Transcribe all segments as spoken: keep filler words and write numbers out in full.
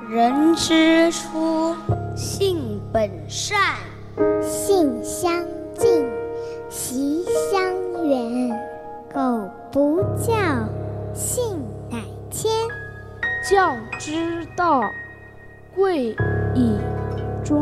人之初，性本善， 性相近，习相远。苟不教，性乃迁。 教之道，贵以专。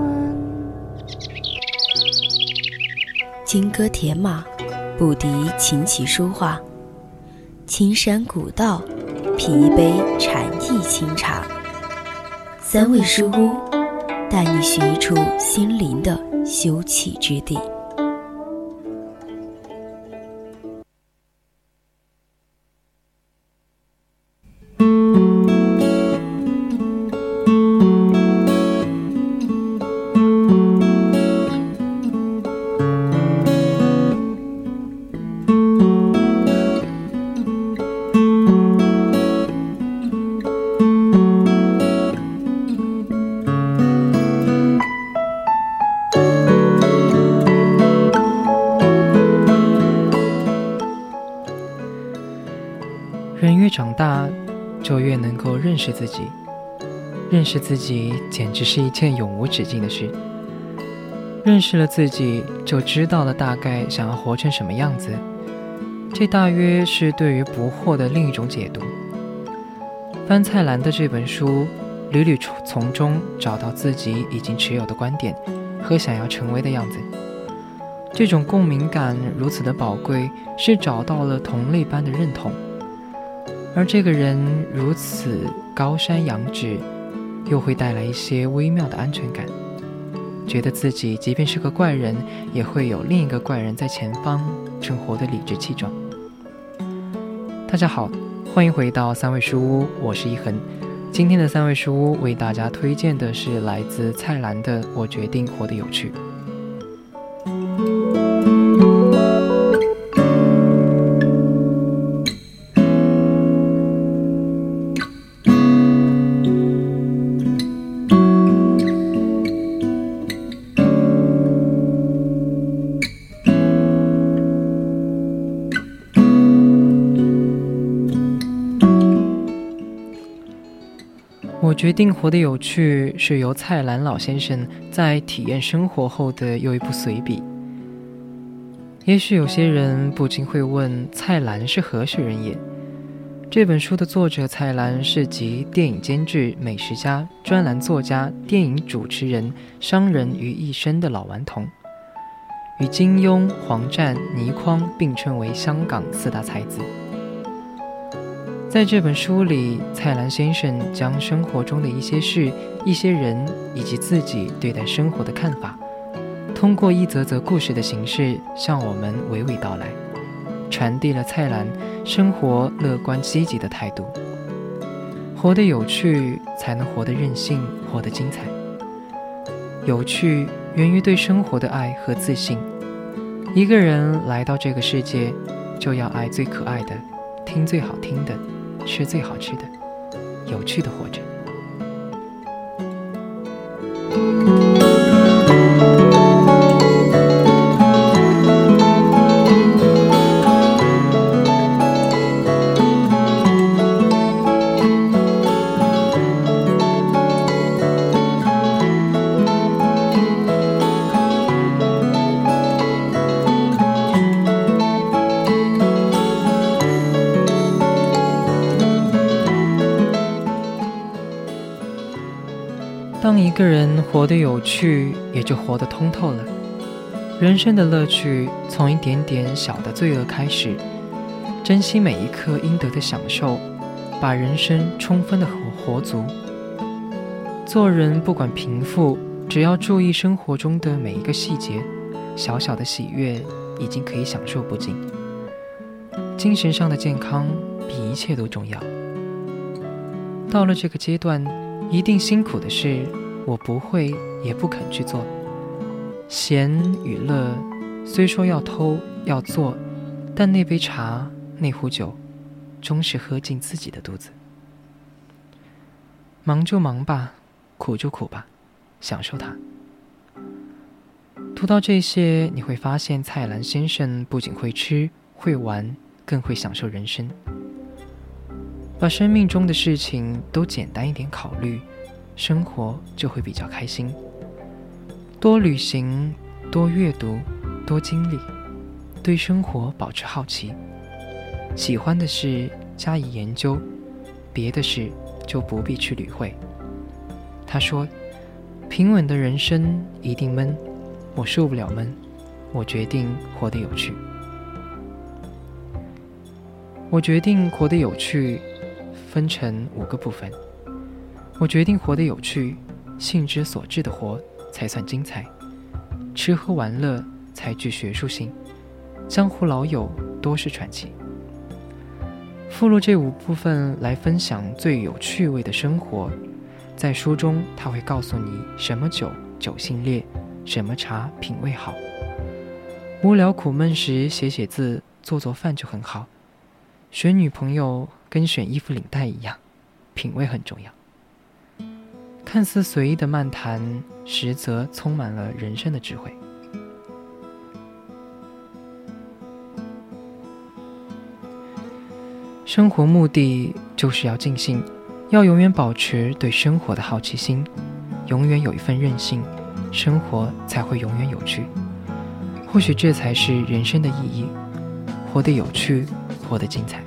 金戈铁马，不敌琴棋书画。青山古道，品一杯禅意清茶。三味书屋，带你寻一处心灵的休憩之地。 人越长大，就越能够认识自己。认识自己简直是一件永无止境的事。认识了自己，就知道了大概想要活成什么样子。这大约是对于不惑的另一种解读。翻蔡澜的这本书，屡屡从中找到自己已经持有的观点和想要成为的样子。这种共鸣感如此的宝贵，是找到了同类般的认同。而这个人如此高山仰止，又会带来一些微妙的安全感，觉得自己即便是个怪人，也会有另一个怪人在前方，正活得理直气壮。大家好，欢迎回到三味书屋，我是一恒。今天的三味书屋为大家推荐的是来自蔡澜的《我决定活得有趣》。我决定活得有趣是由蔡澜老先生在体验生活后的又一部随笔。也许有些人不禁会问，蔡澜是何许人也？这本书的作者蔡澜是集电影监制、美食家、专栏作家、电影主持人、商人于一身的老顽童，与金庸、黄湛、倪匡并称为香港四大才子。在这本书里，蔡澜先生将生活中的一些事、一些人以及自己对待生活的看法，通过一则则故事的形式向我们娓娓道来，传递了蔡澜生活乐观积极的态度。活得有趣，才能活得任性，活得精彩。有趣源于对生活的爱和自信。一个人来到这个世界，就要爱最可爱的，听最好听的，吃最好吃的，有趣的活着。当一个人活得有趣，也就活得通透了。人生的乐趣从一点点小的罪恶开始，珍惜每一刻应得的享受，把人生充分的活足。做人不管贫富，只要注意生活中的每一个细节，小小的喜悦已经可以享受不尽。精神上的健康比一切都重要。到了这个阶段，一定辛苦的事，我不会也不肯去做。闲与乐，虽说要偷要做，但那杯茶那壶酒，终是喝进自己的肚子。忙就忙吧，苦就苦吧，享受它。读到这些，你会发现蔡澜先生不仅会吃会玩，更会享受人生。把生命中的事情都简单一点考虑， 生活就会比较开心。多旅行，多阅读，多经历，对生活保持好奇，喜欢的事加以研究，别的事就不必去理会。他说，平稳的人生一定闷，我受不了闷，我决定活得有趣。我决定活得有趣分成五个部分。我决定活得有趣，兴之所至的活才算精彩，吃喝玩乐才具学术性，江湖老友多是传奇。附录这五部分来分享最有趣味的生活。在书中他会告诉你什么酒酒性烈，什么茶品味好。无聊苦闷时写写字做做饭就很好。选女朋友跟选衣服领带一样，品味很重要。看似随意的漫谈，实则充满了人生的智慧。生活目的就是要尽兴，要永远保持对生活的好奇心，永远有一份韧性，生活才会永远有趣。或许这才是人生的意义，活得有趣，活得精彩。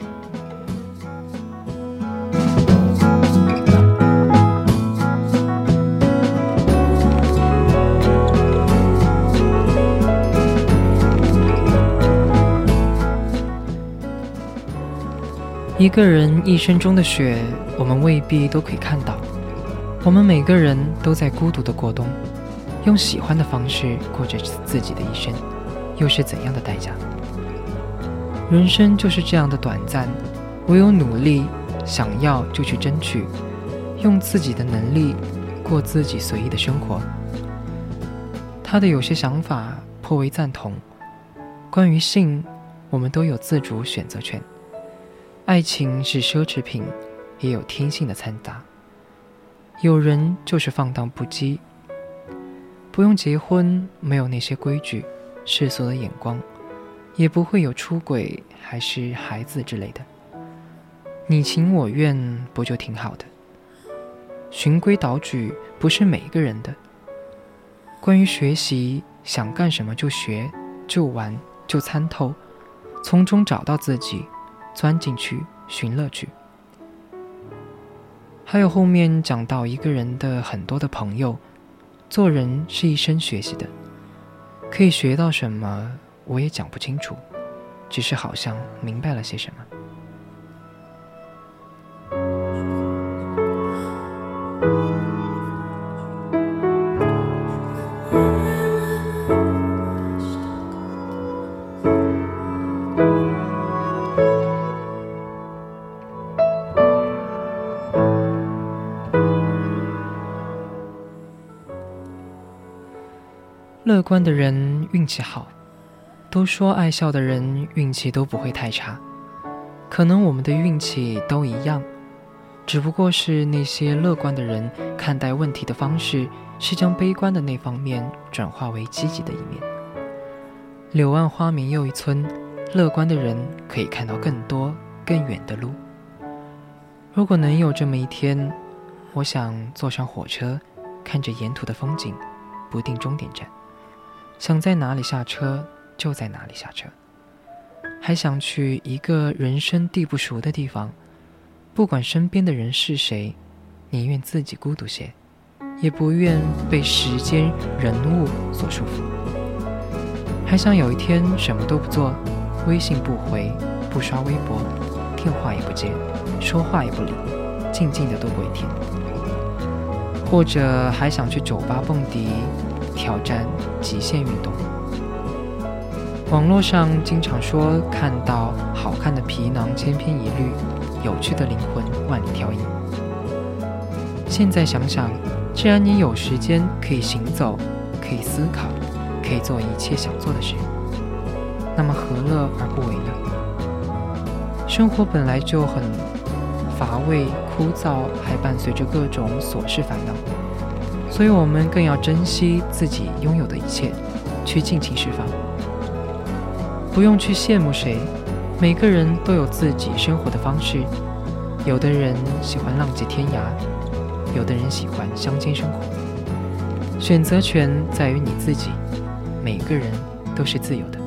一个人一生中的雪，我们未必都可以看到。我们每个人都在孤独的过冬，用喜欢的方式过着自己的一生，又是怎样的代价？人生就是这样的短暂，唯有努力，想要就去争取，用自己的能力过自己随意的生活。他的有些想法颇为赞同。关于性，我们都有自主选择权。爱情是奢侈品，也有天性的掺杂。有人就是放荡不羁，不用结婚，没有那些规矩、世俗的眼光，也不会有出轨还是孩子之类的。你情我愿，不就挺好的？循规蹈矩不是每个人的。关于学习，想干什么就学，就玩，就参透，从中找到自己，钻进去寻乐趣。还有后面讲到一个人的很多的朋友，做人是一生学习的，可以学到什么我也讲不清楚，只是好像明白了些什么。乐观的人运气好，都说爱笑的人运气都不会太差。可能我们的运气都一样，只不过是那些乐观的人看待问题的方式是将悲观的那方面转化为积极的一面。柳暗花明又一村，乐观的人可以看到更多更远的路。如果能有这么一天，我想坐上火车，看着沿途的风景，不定终点站，想在哪里下车就在哪里下车，还想去一个人生地不熟的地方，不管身边的人是谁，宁愿自己孤独些，也不愿被时间人物所束缚。还想有一天什么都不做，微信不回，不刷微博，电话也不接，说话也不理，静静的度过一天。或者还想去酒吧蹦迪，挑战极限运动。网络上经常说看到好看的皮囊千篇一律，有趣的灵魂万里挑一。现在想想，既然你有时间可以行走，可以思考，可以做一切想做的事，那么何乐而不为呢？生活本来就很乏味枯燥，还伴随着各种琐事烦恼，所以我们更要珍惜自己拥有的一切，去尽情释放。不用去羡慕谁，每个人都有自己生活的方式。有的人喜欢浪迹天涯， 有的人喜欢乡间生活。选择权在于你自己，每个人都是自由的。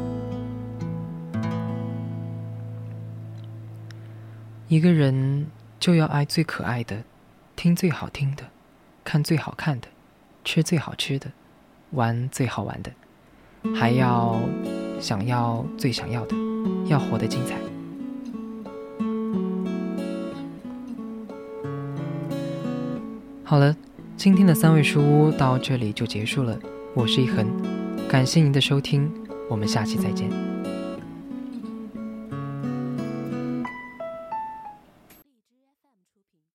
一个人就要爱最可爱的，听最好听的，看最好看的，吃最好吃的，玩最好玩的，还要想要最想要的，要活得精彩。好了，今天的三味书屋到这里就结束了。我是一恒，感谢您的收听，我们下期再见。